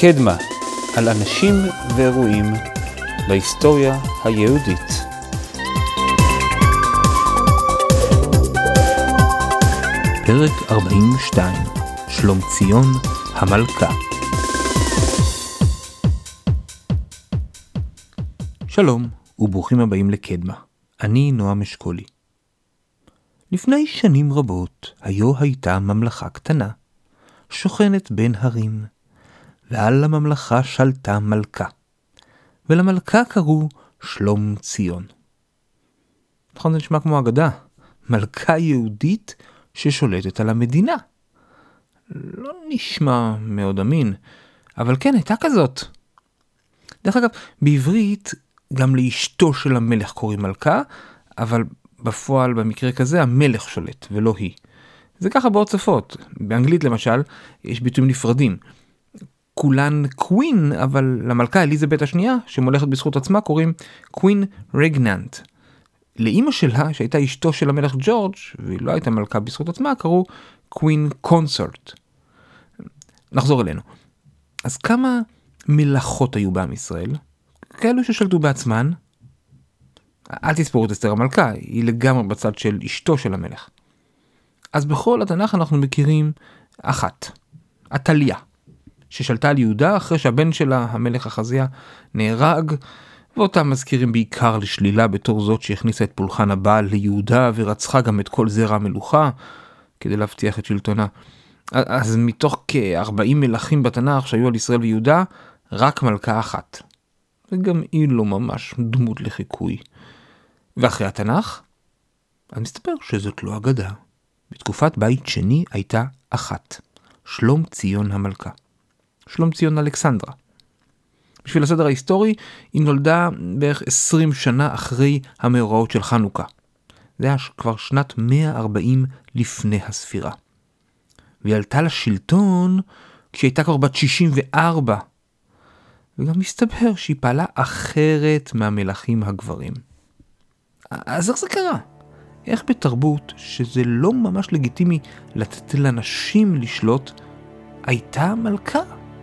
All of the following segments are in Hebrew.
קדמה, על אנשים ואירועים בהיסטוריה היהודית. פרק 42, שלומציון המלכה. שלום וברוכים הבאים לקדמה. אני נועם אשכולי. לפני שנים רבות הייתה ממלכה קטנה, שוכנת בין הרים, ועל הממלכה שלטה מלכה, ולמלכה קראו שלומציון. נכון, זה נשמע כמו אגדה, מלכה יהודית ששולטת על המדינה. לא נשמע מאוד אמין, אבל כן, הייתה כזאת. דרך אגב, בעברית גם לאשתו של המלך קוראים מלכה, אבל בפועל במקרה כזה המלך שולט ולא היא. זה ככה בעוד שפות. באנגלית למשל יש ביטויים נפרדים. כולן קווין, אבל למלכה אליזבת השנייה שמולכת בזכות עצמה קוראים קווין רגננט. לאמא שלה שהייתה אשתו של המלך ג'ורג' והיא לא הייתה מלכה בזכות עצמה קראו קווין קונסורט. נחזור אלינו. אז כמה מלכות היו בעם ישראל? כאלו ששלטו בעצמן. אל תספרו את אסתר המלכה, היא לגמרי בצד של אשתו של המלך. אז בכל התנ"ך אנחנו מכירים אחת, עתליה, ששלטה על יהודה אחרי שהבן שלה, המלך אחזיה, נהרג, ואותה מזכירים בעיקר לשלילה בתור זאת שהכניסה את פולחן הבעל ליהודה ורצחה גם את כל זרע המלוכה כדי להבטיח את שלטונה. אז מתוך כ-40 מלכים בתנ"ך שהיו על ישראל ויהודה, רק מלכה אחת. וגם היא לא ממש דמות לחיקוי. ואחרי התנ"ך, אז מסתבר שזאת לא אגדה. בתקופת בית שני הייתה אחת, שלומציון המלכה. שלומציון אלכסנדרה. בשביל הסדר ההיסטורי, היא נולדה בערך 20 שנה אחרי המאורעות של חנוכה. זה היה כבר שנת 140 לפני הספירה. והיא עלתה לשלטון כשהיא הייתה כבר בת 64. וגם מסתבר שהיא פעלה אחרת מהמלכים הגברים. אז איך זה קרה? איך בתרבות שזה לא ממש לגיטימי לתת לנשים לשלוט, הייתה מלכה?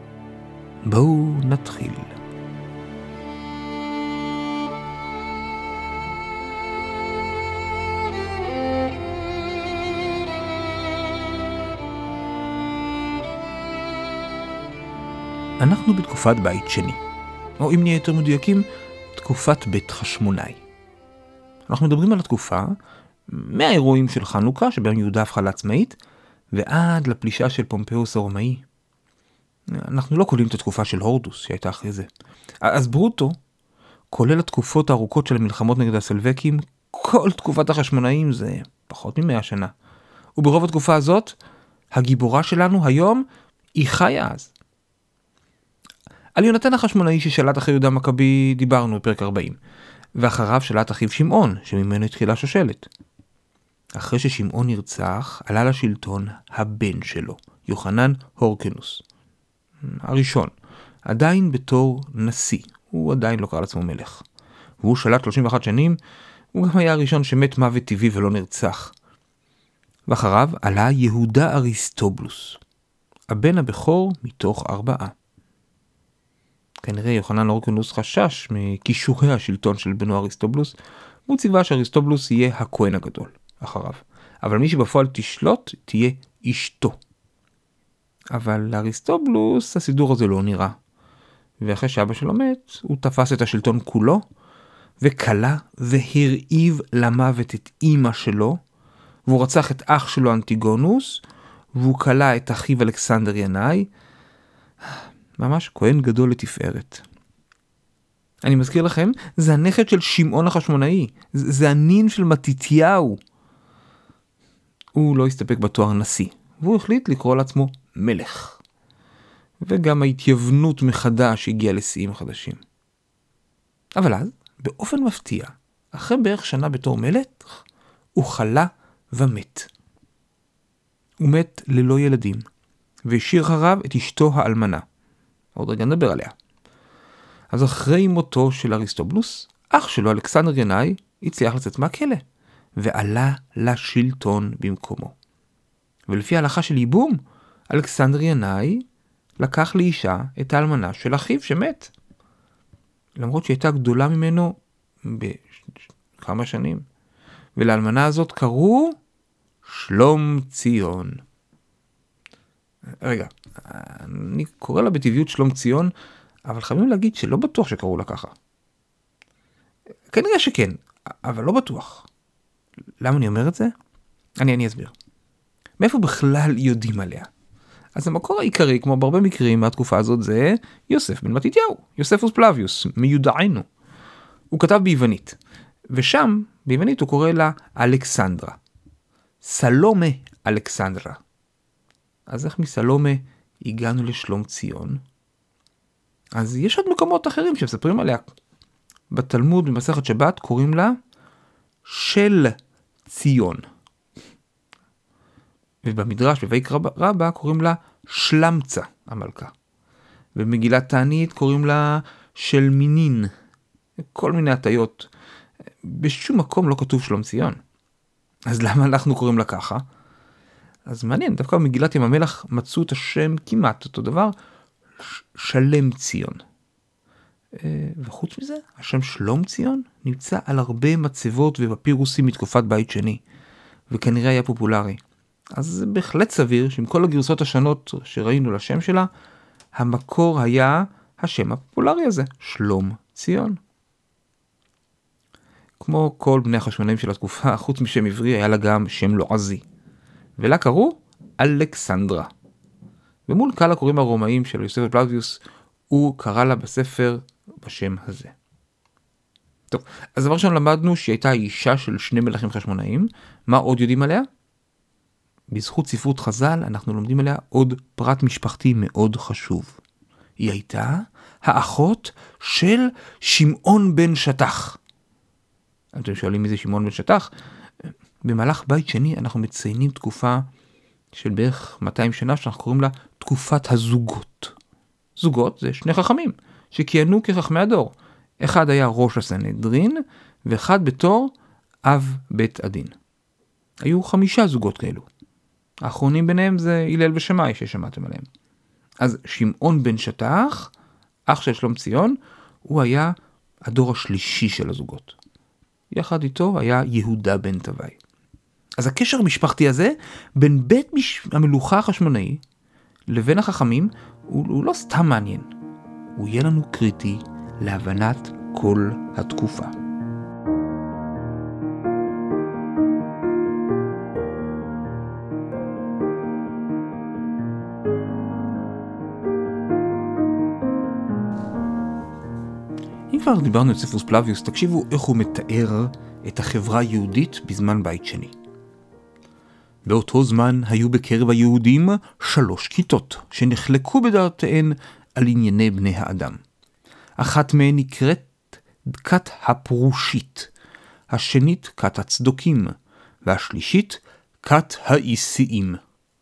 בואו נתחיל. אנחנו בתקופת בית שני, או אם נהיה יותר מדויקים, תקופת בית חשמונאי. אנחנו מדברים על התקופה מהאירועים של חנוכה, שבהם יהודה הפכה לעצמאית, ועד לפלישה של פומפיוס הרומאי. אנחנו לא כוללים את התקופה של הורדוס שהייתה אחרי זה. אז ברוטו, כולל התקופות הארוכות של המלחמות נגד הסלבקים, כל תקופת החשמונאים זה פחות מ100 שנה. וברוב התקופה הזאת, הגיבורה שלנו היום היא חיה אז. על יונתן החשמונאי ששלט אחרי יהודה מכבי דיברנו בפרק 40, ואחריו שלט אחיו שמעון, שממנו התחילה שושלת. אחרי ששמעון נרצח, עלה לשלטון הבן שלו, יוחנן הורקנוס. הראשון, עדיין בתור נשיא, הוא עדיין לא קרא לעצמו מלך. והוא שלט 31 שנים, הוא גם היה הראשון שמת מוות טבעי ולא נרצח. ואחריו עלה יהודה אריסטובולוס, הבן הבכור מתוך 4. כנראה יוחנן הורקנוס חשש מכישורי השלטון של בנו אריסטובולוס, והוא ציווה שאריסטובולוס יהיה הכהן הגדול אחריו. אבל מי שבפועל תשלוט תהיה אשתו. אבל לאריסטובולוס הסידור הזה לא נראה. ואחרי שאבא שלו מת, הוא תפס את השלטון כולו, וקלה והרעיב למוות את אמא שלו, והוא רצח את אח שלו אנטיגונוס, והוא קלה את אחיו אלכסנדר ינאי, ממש כהן גדול לתפארת. אני מזכיר לכם, זה הנכד של שמעון החשמונאי, זה הנין של מתתיהו. הוא לא הסתפק בתואר נשיא, והוא החליט לקרוא לעצמו מלך. וגם ההתייוונות מחדש הגיעה לשיאים חדשים. אבל אז, באופן מפתיע, אחרי בערך שנה בתור מלך, הוא חלה ומת. הוא מת ללא ילדים, והשאיר אחריו את אשתו האלמנה. עוד רגע נדבר עליה. אז אחרי מותו של אריסטובולוס, אח שלו אלכסנדר ינאי הצליח לצאת מהכלא, ועלה לשלטון במקומו. ולפי ההלכה של ייבום, אלכסנדר ינאי לקח לאישה את האלמנה של אחיו שמת. למרות שהיא הייתה גדולה ממנו בכמה שנים. ולאלמנה הזאת קראו שלום ציון. רגע, אני קורא לה בטבעיות שלום ציון, אבל חייבים להגיד שלא בטוח שקראו לה ככה. כנראה שכן, אבל לא בטוח. למה אני אומר את זה? אני אסביר. מאיפה בכלל יודעים עליה? אז המקור העיקרי, כמו בהרבה מקרים מהתקופה הזאת, זה יוסף בן מתתיהו, יוספוס פלביוס, מיודענו. הוא כתב ביוונית, ושם, ביוונית הוא קורא לה אלכסנדרה. סלומה אלכסנדרה. אז איך מסלומה הגענו לשלום ציון? אז יש עוד מקומות אחרים שמספרים עליה. בתלמוד במסכת שבת קוראים לה של ציון. ובמדרש בויקרא רבה קוראים לה שלמצה המלכה. ובמגילת תענית קוראים לה של מינין. כל מיני הטיות. בשום מקום לא כתוב שלום ציון. אז למה אנחנו קוראים לה ככה? אז מעניין, דווקא במגילת ים המלח מצאו את השם כמעט אותו דבר, שלם ציון. וחוץ מזה, השם שלום ציון נמצא על הרבה מצבות ובפירוסים מתקופת בית שני, וכנראה היה פופולרי. אז זה בהחלט סביר שעם כל הגרסות השונות שראינו לשם שלה, המקור היה השם הפופולרי הזה, שלום ציון. כמו כל בני החשמונאים של התקופה, חוץ משם עברי היה לה גם שם לועזי. ולה קראו אלכסנדרה. ומול קהל הקוראים הרומאים של יוסף פלביוס, הוא קרא לה בספר בשם הזה. טוב, אז דבר ראשון למדנו שהיא הייתה אישה של שני מלכים חשמונאים. מה עוד יודעים עליה? בזכות ספרות חז"ל אנחנו לומדים עליה עוד פרט משפחתי מאוד חשוב. היא הייתה האחות של שמעון בן שטח. אתם שואלים מי זה שמעון בן שטח? במהלך בית שני אנחנו מציינים תקופה של בערך 200 שנה שאנחנו קוראים לה תקופת הזוגות. זוגות זה שני חכמים שכיהנו כחכמי הדור. אחד היה ראש הסנהדרין ואחד בתור אב בית הדין. היו 5 זוגות כאלו. האחרונים ביניהם זה הלל ושמאי ששמעתם עליהם. אז שמעון בן שטח, אח של שלום ציון, הוא היה הדור השלישי של הזוגות. יחד איתו היה יהודה בן תוואי. אז הקשר המשפחתי הזה בין בית המלוכה החשמונאי לבין החכמים הוא לא סתם מעניין. הוא יהיה לנו קריטי להבנת כל התקופה. אם כבר דיברנו על יוספוס פלביוס, תקשיבו איך הוא מתאר את החברה היהודית בזמן בית שני. באותו זמן היו בקרב היהודים 3 כיתות שנחלקו בדעותיהן על ענייני בני האדם. אחת מהן נקראת כת הפרושית, השנית כת הצדוקים, והשלישית כת האיסיים.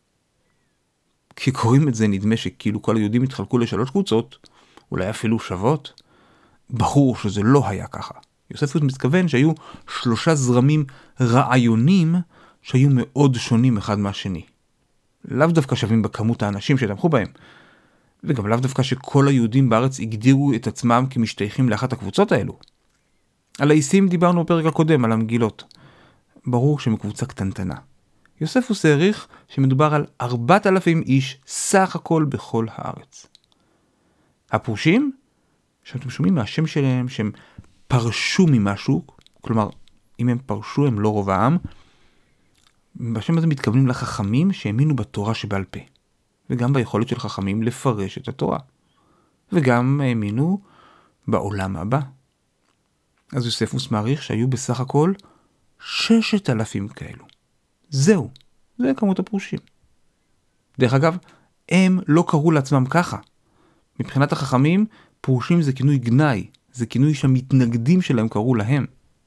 כשקוראים את זה נדמה שכאילו כל היהודים התחלקו ל3 קבוצות, אולי אפילו שוות. ברור שזה לא היה ככה. יוספוס מתכוון שהיו 3 זרמים רעיונים שהיו מאוד שונים אחד מהשני. לאו דווקא שווים בכמות האנשים שתמכו בהם, וגם לאו דווקא שכל היהודים בארץ הגדירו את עצמם כמשתייכים לאחת הקבוצות האלו. על האיסיים דיברנו בפרק הקודם, על המגילות. ברור שמקבוצה קטנטנה. יוספוס העריך שמדובר על 4,000 איש סך הכל בכל הארץ. הפרושים, שאתם שומעים מהשם שלהם שהם פרשו ממשהו, כלומר, אם הם פרשו הם לא רוב העם, בשם הזה מתכוונים לחכמים שהאמינו בתורה שבעל פה, וגם ביכולת של חכמים לפרש את התורה, וגם האמינו בעולם הבא. אז יוספוס מעריך שהיו בסך הכל 6,000 כאלו. זהו, זה כמות הפרושים. דרך אגב, הם לא קראו לעצמם ככה. מבחינת החכמים, פרושים זה כינוי גנאי, זה כינוי שהמתנגדים שלהם קראו להם.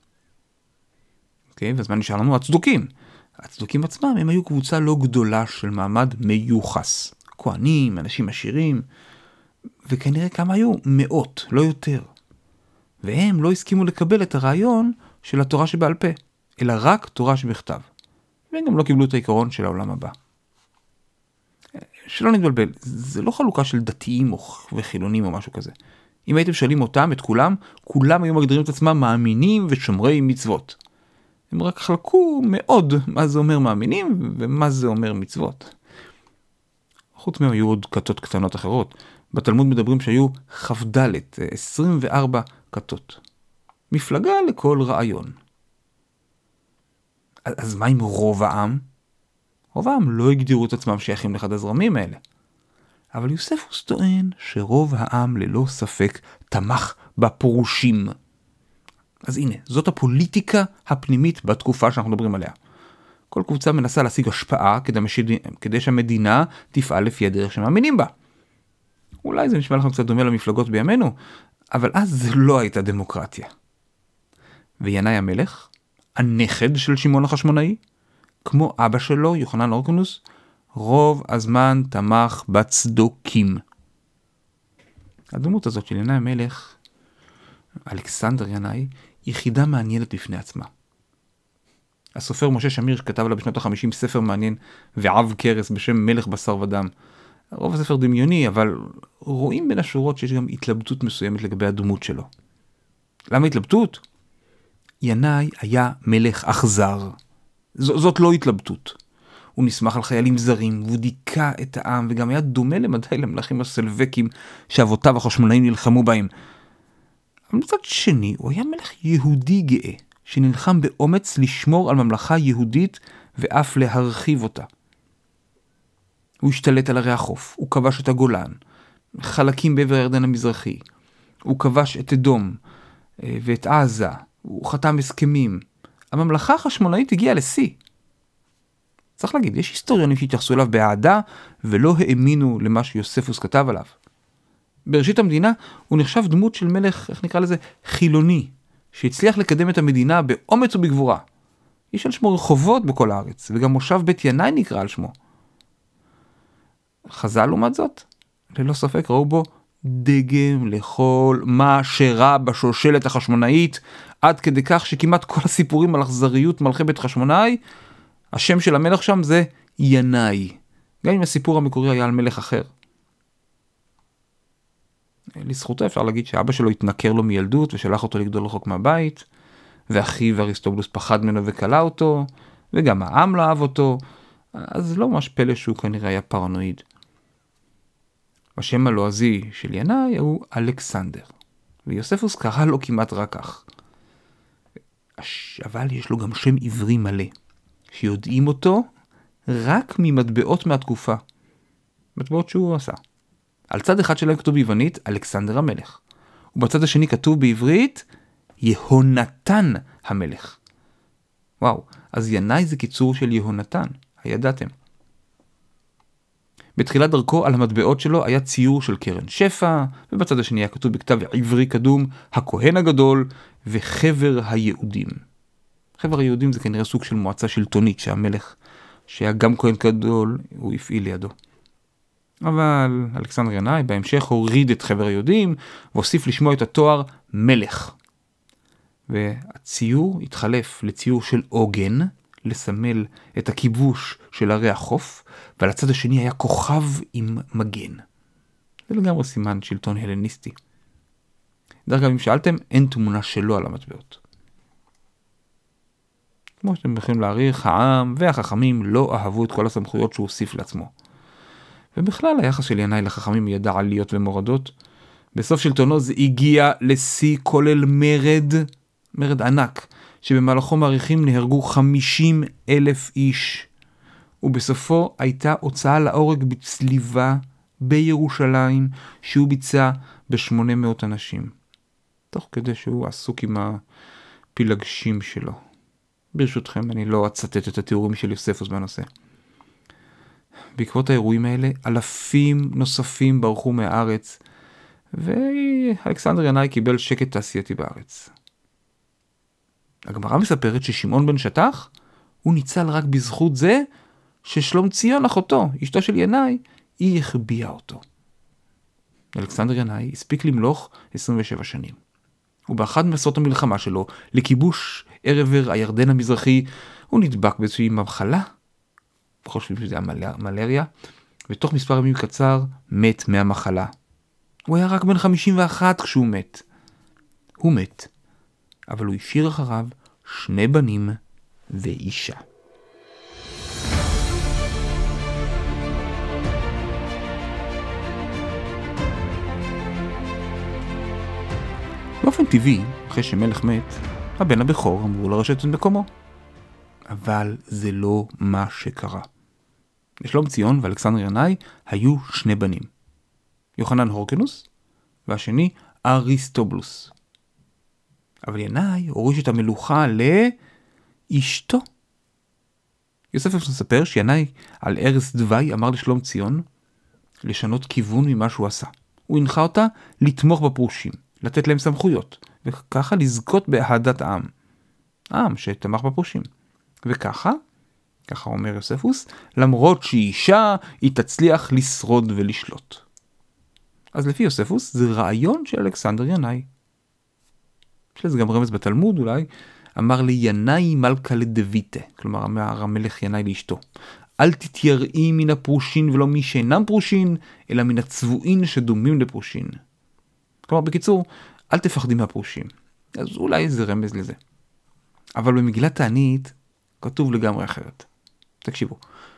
אוקיי, ואז מה נשאר לנו? הצדוקים. הצדוקים עצמם הם היו קבוצה לא גדולה של מעמד מיוחס. כהנים, אנשים עשירים, וכנראה כמה היו? 100, לא יותר. והם לא הסכימו לקבל את הרעיון של התורה שבעל פה, אלא רק תורה שבכתב. והם גם לא קיבלו את העיקרון של העולם הבא. שלא נתבלבל, זה לא חלוקה של דתיים וחילונים או משהו כזה. אם הייתם שואלים אותם, את כולם, כולם היו מגדירים את עצמם מאמינים ושומרי מצוות. הם רק חלקו מאוד מה זה אומר מאמינים ומה זה אומר מצוות. חוץ מהם היו עוד כתות קטנות אחרות. בתלמוד מדברים שהיו כ"ד, 24 כתות. מפלגה לכל רעיון. אז מה עם רוב העם? רוב העם לא הגדירו את עצמם שייכים לאחד הזרמים האלה. אבל יוספוס טוען שרוב העם ללא ספק תמך בפרושים. אז הנה, זאת הפוליטיקה הפנימית בתקופה שאנחנו מדברים עליה. כל קבוצה מנסה להשיג השפעה כדי שהמדינה תפעל לפי הדרך שמאמינים בה. אולי זה נשמע לכם קצת דומה למפלגות בימינו, אבל אז זה לא הייתה דמוקרטיה. וינאי המלך, הנכד של שמעון החשמונאי, כמו אבא שלו, יוחנן הורקנוס, רוב הזמן תמך בצדוקים. הדמות הזאת של ינאי המלך, אלכסנדר ינאי, היא חידה מעניינת בפני עצמה. הסופר משה שמיר שכתב לה בשנות ה-50 ספר מעניין ועב קרס בשם מלך בשר ודם. רוב הספר דמיוני, אבל רואים בין השורות שיש גם התלבטות מסוימת לגבי הדמות שלו. למה התלבטות? ינאי היה מלך אכזר. זאת לא התלבטות. הוא נסמך על חיילים זרים, והוא דיכא את העם, וגם היה דומה למדי למלכים הסלבקים שאבותיו החשמונאים נלחמו בהם. אבל מצד שני, הוא היה מלך יהודי גאה, שנלחם באומץ לשמור על ממלכה יהודית ואף להרחיב אותה. הוא השתלט על ערי החוף, הוא כבש את הגולן, חלקים בעבר הירדן המזרחי, הוא כבש את אדום ואת עזה, הוא חתם הסכמים. הממלכה החשמונאית הגיעה לשיא. צריך להגיד, יש היסטוריונים שהתייחסו אליו באהדה ולא האמינו למה שיוספוס כתב עליו. בראשית המדינה הוא נחשב דמות של מלך, איך נקרא לזה, חילוני, שהצליח לקדם את המדינה באומץ ובגבורה. יש על שמו רחובות בכל הארץ, וגם מושב בית ינאי נקרא על שמו. חז"ל לעומת זאת, ללא ספק ראו בו דגם לכל מה שרע בשושלת החשמונאית, עד כדי כך שכמעט כל הסיפורים על אכזריות מלכי בית חשמונאי, השם של המלך שם זה ינאי, גם אם הסיפור המקורי היה על מלך אחר. לזכותו אפשר להגיד שאבא שלו התנכר לו מילדות ושלח אותו לגדול רחוק מהבית, ואחיו אריסטובולוס פחד ממנו וקלה אותו, וגם העם לא אהב אותו, אז לא ממש פלא שהוא כנראה היה פרנואיד. השם הלועזי של ינאי הוא אלכסנדר, ויוספוס קרא לו כמעט רק כך. אבל יש לו גם שם עברי מלא, שיודעים אותו רק ממטבעות מהתקופה, מטבעות שהוא עשה. על צד אחד שלהם כתוב ביוונית אלכסנדר המלך, ובצד השני כתוב בעברית יהונתן המלך. וואו, אז ינאי זה קיצור של יהונתן, הידעתם. בתחילת דרכו על המטבעות שלו היה ציור של קרן שפע, ובצד השני היה כתוב בכתב עברי קדום, הכהן הגדול וחבר היהודים. חבר היהודים זה כנראה סוג של מועצה שלטונית שהמלך, שהיה גם כהן גדול, הוא הפעיל לידו. אבל אלכסנדר ינאי בהמשך הוריד את חבר היהודים, והוסיף לשמוע את התואר מלך. והציור התחלף לציור של עוגן, לסמל את הכיבוש של ערי החוף, ועל הצד השני היה כוכב עם מגן. זה לגמרי סימן שלטון הלניסטי. דרך אגב, אם שאלתם, אין תמונה שלו על המטבעות. כמו שאתם יכולים להעריך, העם והחכמים לא אהבו את כל הסמכויות שהוא הוסיף לעצמו. ובכלל היחס של ינאי לחכמים ידע עליות ומורדות. בסוף שלטונו זה הגיע לשיא כולל מרד ענק, שבמהלכו מעריכים נהרגו 50,000 איש. ובסופו הייתה הוצאה להורג בצליבה בירושלים, שהוא ביצע ב800 אנשים. תוך כדי שהוא עסוק עם הפילגשים שלו. ברשותכם, אני לא אצטט את התיאורים של יוספוס בנושא. בעקבות האירועים האלה, אלפים נוספים ברחו מהארץ, ואלכסנדר ינאי קיבל שקט תעשייתי בארץ. הגמרא מספרת ששמעון בן שטח, הוא ניצל רק בזכות זה, ששלום ציון אחותו, אשתו של ינאי, היא החביאה אותו. אלכסנדר ינאי הספיק למלוך 27 שנים. ובאחד מסעות המלחמה שלו, לכיבוש עבר הירדן המזרחי, הוא נדבק באיזושהי מחלה, חושבים שזה היה מלריה, ותוך מספר ימים קצר מת מהמחלה. הוא היה רק בן 51 כשהוא מת. הוא מת, אבל הוא השאיר אחריו 2 בנים ואישה. באופן טבעי, אחרי שמלך מת, הבן הבכור אמור לרשת את מקומו. אבל זה לא מה שקרה. לשלום ציון ואלכסנדר ינאי היו 2 בנים. יוחנן הורקנוס, והשני אריסטובולוס. אבל ינאי הוריש את המלוכה לאשתו. יוספוס מספר שינאי על ערש דווי אמר לשלום ציון לשנות כיוון ממה שהוא עשה. הוא הנחה אותה לתמוך בפרושים, לתת להם סמכויות, וככה לזכות באהדת העם. העם שתמך בפרושים. וככה, ככה אומר יוספוס, למרות שהיא אישה, היא תצליח לשרוד ולשלוט. אז לפי יוספוס, זה רעיון של אלכסנדר ינאי. יש לזה גם רמז בתלמוד אולי, אמר לי ינאי מלכה לדויטה, כלומר אמר המלך ינאי לאשתו. אל תתייראי מן הפרושין ולא מי שאינם פרושין, אלא מן הצבועים שדומים לפרושין. כלומר, בקיצור, אל תפחדי מהפרושים. אז אולי זה רמז לזה. אבל במגילת תענית כתוב לגמרי אחרת. תקשיבו.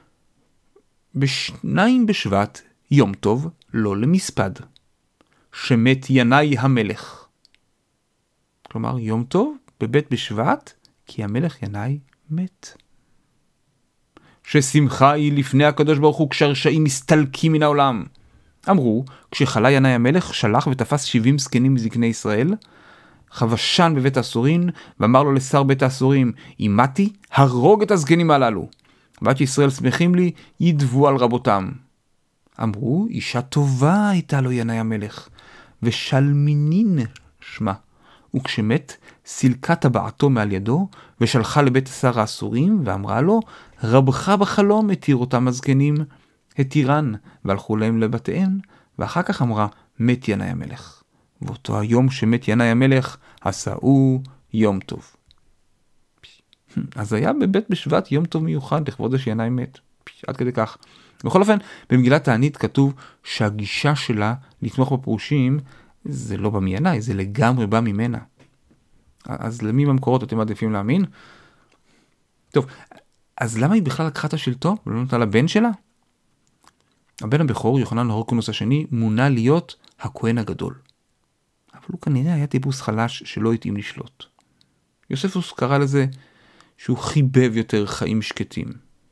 ב2 בשבט, יום טוב, לא למספד. שמת ינאי המלך. כלומר, יום טוב בבית בשבט, כי המלך ינאי מת. ששמחה היא לפני הקדוש ברוך הוא כשהרשעים מסתלקים מן העולם. אמרו, כשחלה ינאי המלך שלח ותפס 70 זקנים מזקני ישראל, חבשן בבית האסורים, ואמר לו לשר בית האסורים, אם מתי, הרוג את הזקנים הללו. ועד שישראל שמחים לי, ידבו על רבותם. אמרו, אישה טובה הייתה לו ינאי המלך, ושלמינין שמה. וכשמת, סילקה טבעתו מעל ידו, ושלחה לבית שר האסורים, ואמרה לו, רבך בחלום התיר אותם הזקנים, התירן, והלכו להם לבתיהם, ואחר כך אמרה, מת ינאי המלך. ואותו היום שמת ינאי המלך, עשאו יום טוב. אז היה בבית בשבט יום טוב מיוחד לכבוד שינאי מת. עד כדי כך. בכל אופן, במגילת תענית כתוב שהגישה שלה לתמוך בפרושים, זה לא בא מינאי, זה לגמרי בא ממנה. אז למי במקורות אתם מעדיפים להאמין? טוב, אז למה היא בכלל לקחה את השלטון ולא נתנה לבן שלה? הבן הבכור, יוחנן הורקנוס השני, מונה להיות הכהן הגדול. אבל הוא כנראה היה טיפוס חלש שלא התאים לשלוט. יוספוס קרא לזה שהוא חיבב יותר חיים שקטים.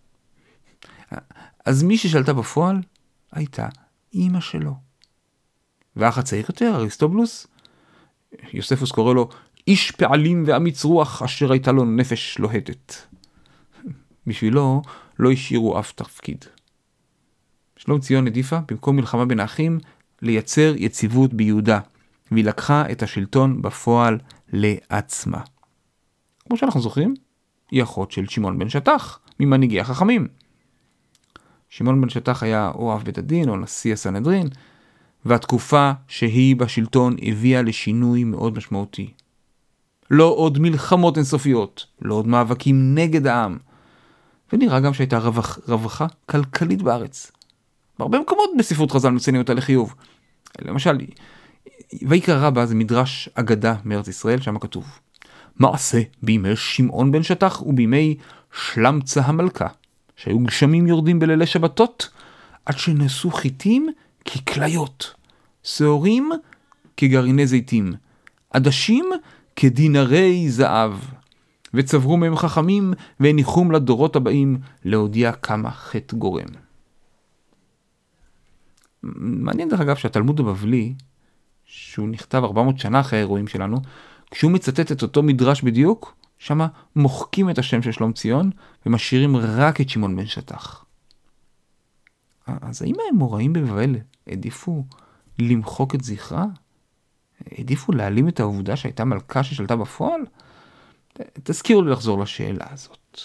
אז מי ששלטה בפועל הייתה אמא שלו. ואח הצעיר יותר, אריסטובולוס, יוספוס קורא לו איש פעלים ואמיץ רוח אשר הייתה לו נפש לוהטת. בשבילו לא השאירו אף תפקיד. שלום ציון העדיפה, במקום מלחמה בין האחים, לייצר יציבות ביהודה, והיא לקחה את השלטון בפועל לעצמה. כמו שאנחנו זוכרים, היא אחות של שמעון בן שטח, ממנהיגי החכמים. שמעון בן שטח היה או אב בית הדין או נשיא הסנהדרין, והתקופה שהיא בשלטון הביאה לשינוי מאוד משמעותי. לא עוד מלחמות אינסופיות, לא עוד מאבקים נגד העם, ונראה גם שהייתה רווחה כלכלית בארץ. בהרבה מקומות בספרות חז"ל מציינים אותה לחיוב. למשל, ויקרא רבה זה מדרש אגדה מארץ ישראל, שם כתוב מעשה בימי שמעון בן שטח ובימי שלמצה המלכה, שהיו גשמים יורדים בלילי שבתות, עד שנעשו חיטים ככליות, שעורים כגרעיני זיתים, עדשים כדינרי זהב, וצברו מהם חכמים והניחום לדורות הבאים להודיע כמה חטא גורם. מעניין דרך אגב שהתלמוד הבבלי, שהוא נכתב 400 שנה אחרי האירועים שלנו, כשהוא מצטט את אותו מדרש בדיוק, שמה מוחקים את השם של שלום ציון ומשאירים רק את שמעון בן שטח. אז האם האמוראים בבבל העדיפו למחוק את זכרה? העדיפו להעלים את העובדה שהייתה מלכה ששלטה בפועל? תזכירו לי לחזור לשאלה הזאת.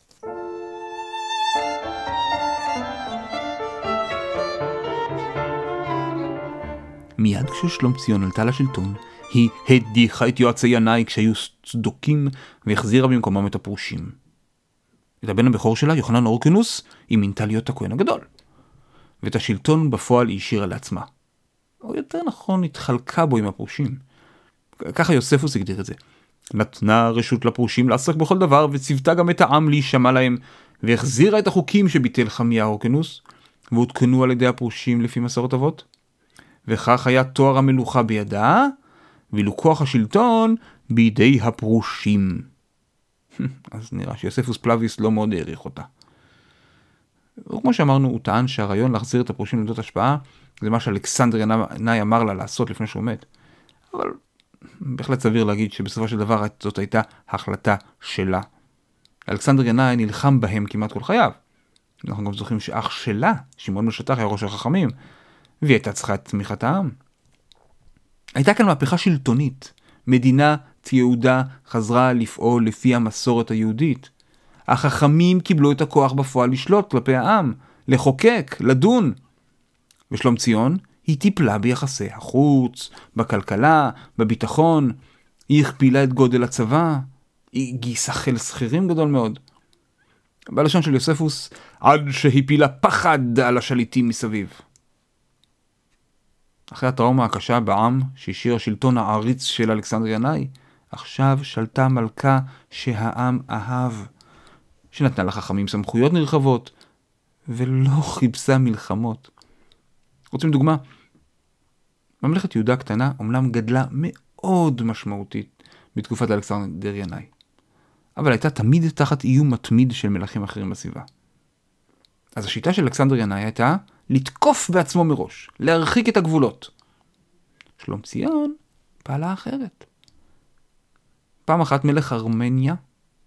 מיד כששלום ציון עלתה לשלטון, היא הדיחה את יועצי ינאי כשהיו צדוקים והחזירה במקומם את הפרושים. את הבן הבכור שלה, יוחנן הורקנוס, היא מינתה להיות הכהן הגדול. ואת השלטון בפועל היא השאירה לעצמה. או יותר נכון, התחלקה בו עם הפרושים. ככה יוספוס הגדיר את זה. נתנה רשות לפרושים לעסוק בכל דבר, וציוותה גם את העם להישמע להם, והחזירה את החוקים שביטל חמיה הורקנוס, והותקנו על ידי הפרושים לפי מסורת אבות. וכך היה תואר המלוכה בידה, ואילו כוח השלטון בידי הפרושים. אז נראה שיוספוס פלביוס לא מאוד העריך אותה. וכמו שאמרנו, הוא טען שהרעיון להחזיר את הפרושים לעמדות השפעה, זה מה שאלכסנדר ינאי אמר לה לעשות לפני שהוא מת. אבל בהחלט סביר להגיד שבסופו של דבר זאת הייתה החלטה שלה. אלכסנדר ינאי נלחם בהם כמעט כל חייו. אנחנו גם זוכרים שאח שלה, שמעון משטח, היה ראש החכמים, והיא הייתה צריכה את תמיכת העם. הייתה כאן מהפכה שלטונית. מדינת יהודה חזרה לפעול לפי המסורת היהודית. החכמים קיבלו את הכוח בפועל לשלוט כלפי העם, לחוקק, לדון. ושלום ציון היא טיפלה ביחסי החוץ, בכלכלה, בביטחון. היא הכפילה את גודל הצבא. היא גייסה חיל שכירים גדול מאוד. בלשון של יוספוס, עד שהפילה פחד על השליטים מסביב. אחרי הטראומה הקשה בעם שהשאיר השלטון העריץ של אלכסנדר ינאי, עכשיו שלטה מלכה שהעם אהב, שנתנה לחכמים סמכויות נרחבות, ולא חיפשה מלחמות. רוצים דוגמה? ממלכת יהודה הקטנה אומנם גדלה מאוד משמעותית בתקופת אלכסנדר ינאי, אבל הייתה תמיד תחת איום מתמיד של מלכים אחרים בסביבה. אז השיטה של אלכסנדר ינאי הייתה לתקוף בעצמו מראש, להרחיק את הגבולות. שלום ציון פעלה אחרת. פעם אחת מלך ארמניה,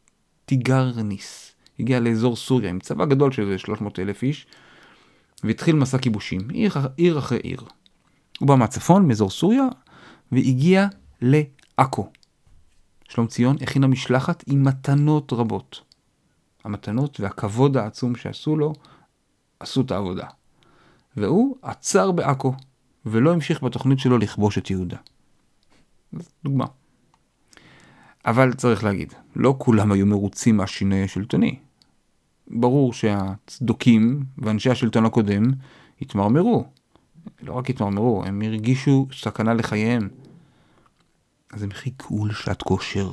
טיגרניס, הגיע לאזור סוריה עם צבא גדול של 300,000 איש, והתחיל מסע כיבושים, עיר אחרי עיר. הוא בא מהצפון, מאזור סוריה, והגיע לעכו. שלום ציון הכינה משלחת עם מתנות רבות. המתנות והכבוד העצום שעשו לו, עשו את העבודה. והוא עצר בעכו, ולא המשיך בתוכנית שלו לכבוש את יהודה. דוגמה. אבל צריך להגיד, לא כולם היו מרוצים מהשינוי השלטוני. ברור שהצדוקים ואנשי השלטון הקודם התמרמרו. לא רק התמרמרו, הם הרגישו סכנה לחייהם. אז הם חיכו לשעת כושר.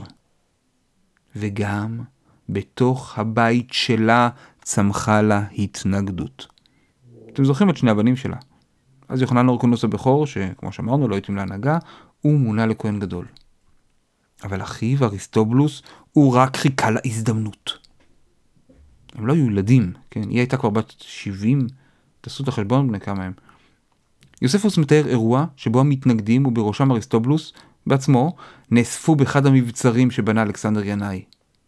וגם בתוך הבית שלה צמחה לה התנגדות. אתם זוכרים את שני הבנים שלה. אז יוחנן הורקנוס הבכור, שכמו שאמרנו לא התאים להנהגה, הוא מונה לכהן גדול. אבל אחיו אריסטובולוס הוא רק חיכה להזדמנות. הם לא היו ילדים, כן? היא הייתה כבר בת 70, תעשו את החשבון בני כמה הם. יוספוס מתאר אירוע שבו המתנגדים ובראשם אריסטובולוס בעצמו נאספו באחד המבצרים שבנה אלכסנדר ינאי.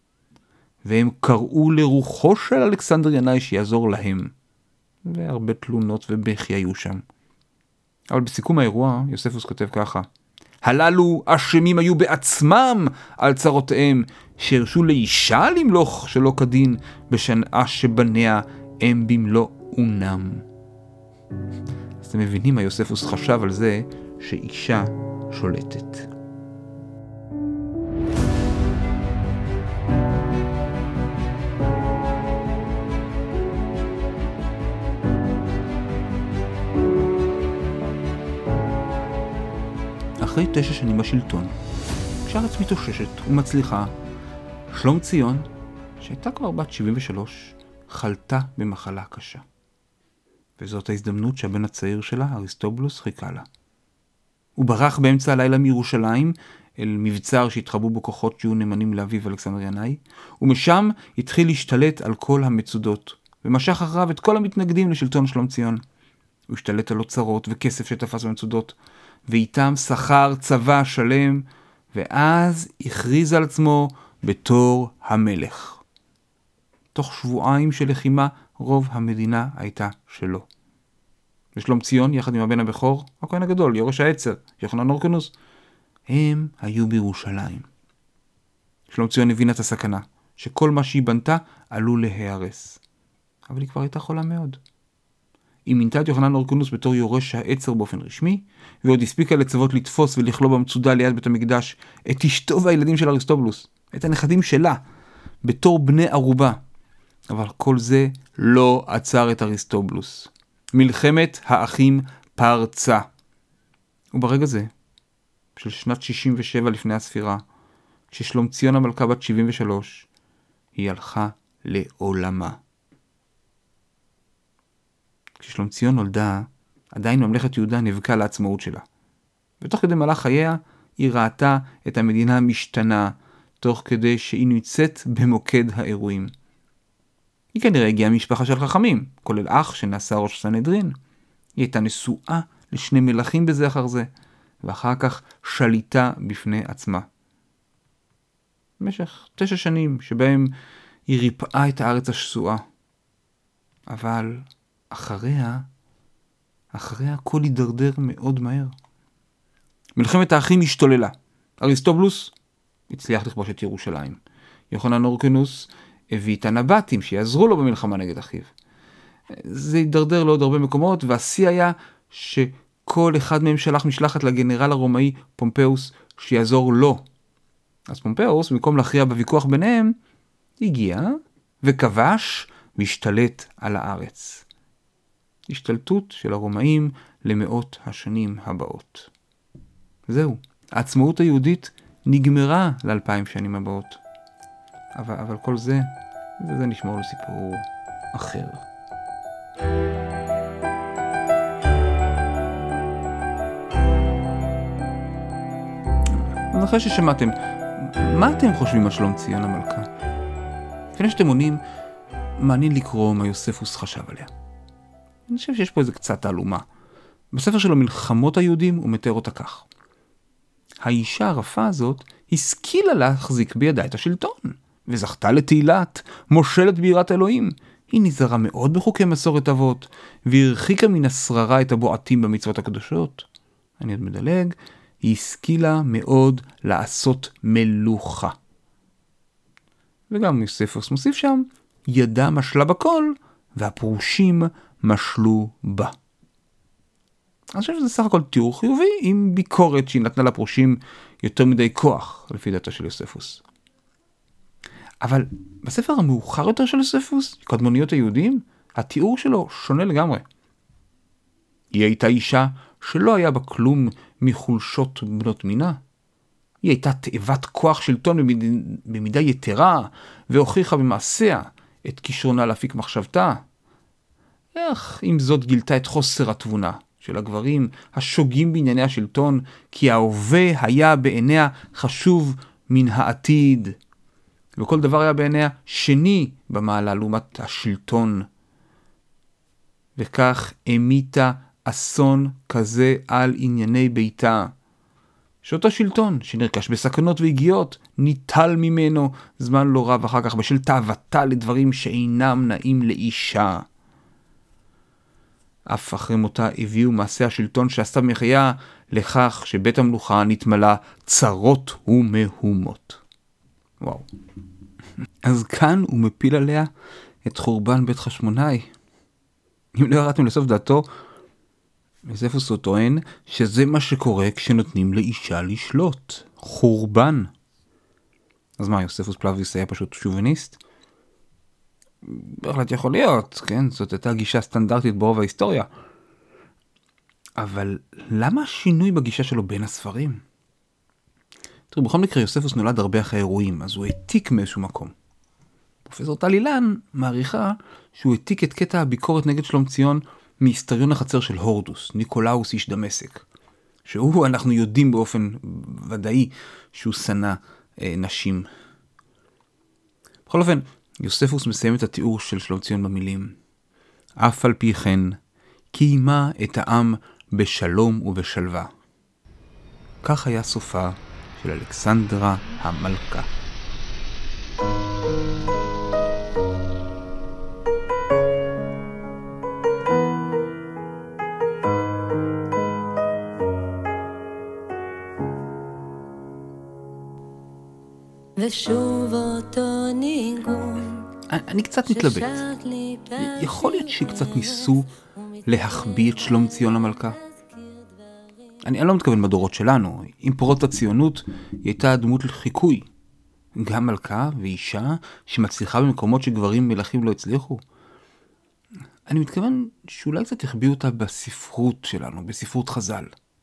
והם קראו לרוחו של אלכסנדר ינאי שיעזור להם. והרבה תלונות ובכי היו שם. אבל בסיכום האירוע יוספוס כותב ככה: הללו אשמים היו בעצמם על צרותיהם, שהרשו לאישה למלוך שלא כדין בשנה שבניה הם במלוא אונם. אז אתם מבינים מה יוספוס חשב על זה שאישה שולטת. אחרי 9 שנים בשלטון, כשהארץ מתאוששת ומצליחה, שלום ציון, שהייתה כבר בת 73, חלתה במחלה קשה. וזאת ההזדמנות שהבן הצעיר שלה, אריסטובולוס, חיכה לה. הוא ברח באמצע הלילה מירושלים אל מבצר שהתחבאו בו כוחות שהיו נאמנים לאביו אלכסנדר ינאי, ומשם התחיל להשתלט על כל המצודות, ומשך אחריו את כל המתנגדים לשלטון שלום ציון. הוא השתלט על אוצרות וכסף שתפס במצודות, ואיתם שכר צבא שלם, ואז הכריז על עצמו בתור המלך. תוך שבועיים של לחימה, רוב המדינה הייתה שלו. ושלום ציון, יחד עם הבן הבכור, הכהן הגדול, יורש העצר, יוחנן הורקנוס, הם היו בירושלים. שלום ציון הבינה את הסכנה, שכל מה שהיא בנתה עלול להיהרס. אבל היא כבר הייתה חולה מאוד. היא מינתה את יוחנן הורקנוס בתור יורש העצר באופן רשמי, ועוד הספיקה לצוות לתפוס ולכלוא במצודה ליד בית המקדש את אשתו והילדים של אריסטובולוס, את הנכדים שלה, בתור בני ערובה. אבל כל זה לא עצר את אריסטובולוס. מלחמת האחים פרצה. וברגע זה, של שנת 67 לפני הספירה, כששלומציון המלכה בת 73, היא הלכה לעולמה. כששלומציון נולדה, עדיין ממלכת יהודה נאבקה לעצמאות שלה. ותוך כדי מהלך חייה, היא ראתה את המדינה משתנה, תוך כדי שהיא נמצאת במוקד האירועים. היא כנראה הגיעה ממשפחה של חכמים, כולל אח שנעשה ראש סנהדרין. היא הייתה נשואה לשני מלכים בזה אחר זה, ואחר כך שליטה בפני עצמה. במשך 9 שנים שבהם היא ריפאה את הארץ השסועה. אבל אחריה הכל הידרדר מאוד מהר. מלחמת האחים השתוללה. אריסטובולוס הצליח לכבוש את ירושלים. יוחנן הורקנוס הביא את הנבטים שיעזרו לו במלחמה נגד אחיו. זה הידרדר לעוד הרבה מקומות, והשיא היה שכל אחד מהם שלח משלחת לגנרל הרומאי פומפאוס שיעזור לו. אז פומפאוס, במקום להכריע בוויכוח ביניהם, הגיע וכבש והשתלט על הארץ. השתלטות של הרומאים למאות השנים הבאות. זהו, העצמאות היהודית נגמרה ל2000 שנים הבאות. אבל כל זה נשמור לסיפור אחר. אז אחרי ששמעתם, מה אתם חושבים על שלומציון המלכה? לפני שאתם עונים, מעניין לקרוא מה יוספוס חשב עליה. אני חושב שיש פה איזה קצת תעלומה. בספר שלו מלחמות היהודים הוא מתאר אותה כך. האישה הרפה הזאת השכילה להחזיק בידה את השלטון, וזכתה לתהילת מושלת בירת אלוהים. היא נזהרה מאוד בחוקי מסורת אבות, והרחיקה מן השררה את הבועטים במצוות הקדושות. אני עוד מדלג, היא השכילה מאוד לעשות מלוכה. וגם יוספוס מוסיף שם, ידה משלה בכל, והפרושים משלו בה. אני חושב שזה סך הכל תיאור חיובי, עם ביקורת שהיא נתנה לפרושים יותר מדי כוח, לפי דעתה של יוספוס. אבל בספר המאוחר יותר של יוספוס, קדמוניות היהודים, התיאור שלו שונה לגמרי. היא הייתה אישה שלא היה בה כלום מחולשות בנות מינה. היא הייתה תאבת כוח שלטון במידה יתרה, והוכיחה במעשיה את כישרונה להפיק מחשבתה. עם זאת גילתה את חוסר התבונה של הגברים השוגים בענייני השלטון, כי ההווה היה בעיניה חשוב מן העתיד, וכל דבר היה בעיניה שני במעלה לעומת השלטון. וכך המיתה אסון כזה על ענייני ביתה. שאותו שלטון שנרכש בסכנות והגיעות ניטל ממנו זמן לא רב אחר כך בשל תאוותה לדברים שאינם נעים לאישה. אף אחרי מותה הביאו מעשי השלטון שעשתה במחיה לכך שבית המלוכה נתמלא צרות ומהומות. וואו. אז כאן הוא מפיל עליה את חורבן בית חשמונאי. אם לא ירדתם לסוף דעתו, יוספוס הוא טוען שזה מה שקורה כשנותנים לאישה לשלוט. חורבן. אז מה, יוספוס פלביוס היה פשוט שוביניסט? בהחלט יכול להיות, כן? זאת הייתה גישה סטנדרטית ברוב ההיסטוריה. אבל למה השינוי בגישה שלו בין הספרים? תראו, בכל מקרה יוספוס נולד הרבה אחרי אירועים, אז הוא העתיק מאיזשהו מקום. פרופסור טל אילן מעריכה שהוא העתיק את קטע הביקורת נגד שלומציון מהיסטוריון החצר של הורדוס, ניקולאוס איש דמשק, שהוא, אנחנו יודעים באופן ודאי שהוא שנא נשים. בכל אופן, יוספוס מסיים את התיאור של שלומציון במילים: אף על פי כן, קיימה את העם בשלום ובשלווה. כך היה סופה של אלכסנדרה המלכה. ושוב אותו ניגון. אני קצת מתלבט. יכול להיות שקצת ניסו להחביא את שלומציון המלכה. אני לא מתכוון בדורות שלנו. עם פרוץ הציונות היא הייתה דמות לחיקוי. גם מלכה ואישה שמצליחה במקומות שגברים מלכים לא הצליחו. אני מתכוון שאולי קצת החביאו אותה בספרות שלנו, בספרות חז"ל.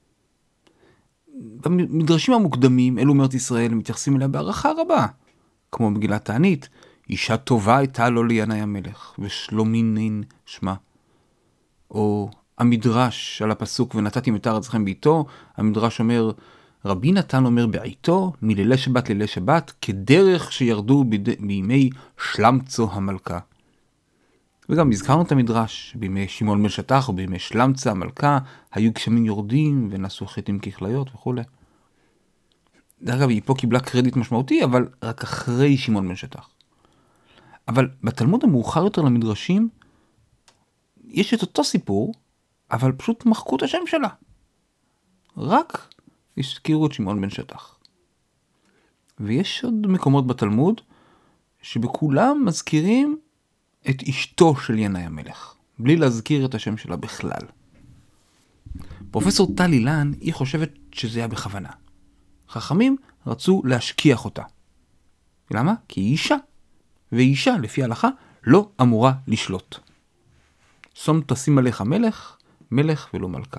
במדרשים המוקדמים, אלו מארץ ישראל, מתייחסים אליה בהערכה רבה, כמו מגילת תענית, אישה טובה הייתה לו לינאי המלך, ושלומינין שמה. או המדרש על הפסוק, ונתתי את ארצכם בעיתו, המדרש אומר, רבי נתן אומר בעיתו, מלילי שבת לילי שבת, כדרך שירדו בימי שלמצו המלכה. וגם הזכרנו את המדרש, בימי שמעון בן שטח, או בימי שלמצה המלכה, היו גשמים יורדים, ונעשו חיטים ככליות וכו'. אגב, היא פה קיבלה קרדיט משמעותי, אבל רק אחרי שמעון בן שטח. אבל בתלמוד המאוחר יותר למדרשים, יש את אותו סיפור, אבל פשוט מחקו את השם שלה. רק הזכירו את שמעון בן שטח. ויש עוד מקומות בתלמוד, שבכולם מזכירים את אשתו של ינאי המלך, בלי להזכיר את השם שלה בכלל. פרופסור טל אילן, היא חושבת שזה היה בכוונה. חכמים רצו להשכיח אותה. למה? כי היא אישה. ואישה, לפי ההלכה, לא אמורה לשלוט. שום תשים עליך מלך, מלך ולא מלכה.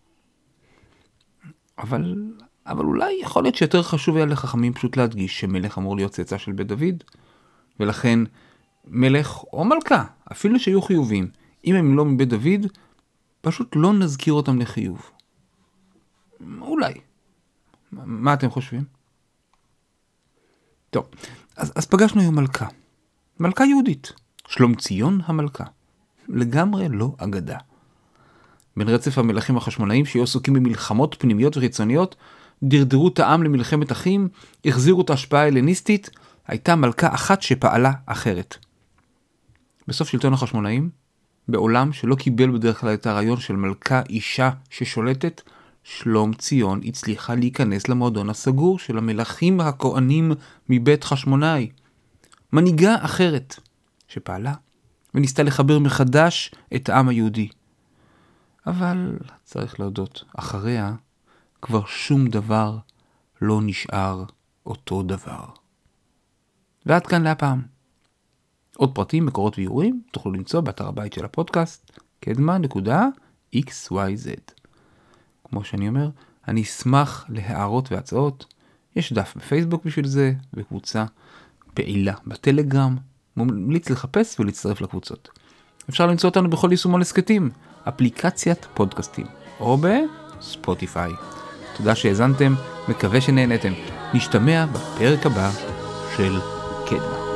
אבל אולי יכול להיות שיותר חשוב היה לחכמים פשוט להדגיש שמלך אמור להיות צאצא של בית דוד, ולכן מלך או מלכה, אפילו שהיו חיובים, אם הם לא מבית דוד, פשוט לא נזכיר אותם לחיוב. אולי. מה אתם חושבים? טוב, אז פגשנו היום מלכה. מלכה יהודית. שלומציון המלכה. לגמרי לא אגדה. בין רצף המלכים החשמונאים שהיו עסוקים במלחמות פנימיות וחיצוניות, דרדרו את העם למלחמת אחים, החזירו את ההשפעה ההלניסטית, הייתה מלכה אחת שפעלה אחרת. בסוף שלטון החשמונאים, בעולם שלא קיבל בדרך כלל את הרעיון של מלכה אישה ששולטת, שלומציון הצליחה להיכנס למועדון הסגור של המלכים הכהנים מבית חשמונאי. מנהיגה אחרת שפעלה וניסתה לחבר מחדש את העם היהודי. אבל צריך להודות, אחריה כבר שום דבר לא נשאר אותו דבר. ועד כאן להפעם. עוד פרטים, מקורות ואיורים תוכלו למצוא באתר הבית של הפודקאסט kedma.xyz. כמו שאני אומר, אני אשמח להערות והצעות. יש דף בפייסבוק בשביל זה, וקבוצה פעילה בטלגרם. ממליץ לחפש ולהצטרף לקבוצות. אפשר למצוא אותנו בכל יישומון הסקטים, אפליקציית פודקאסטים, או בספוטיפיי. תודה שהאזנתם, מקווה שנהנתם. נשתמע בפרק הבא של קדמה.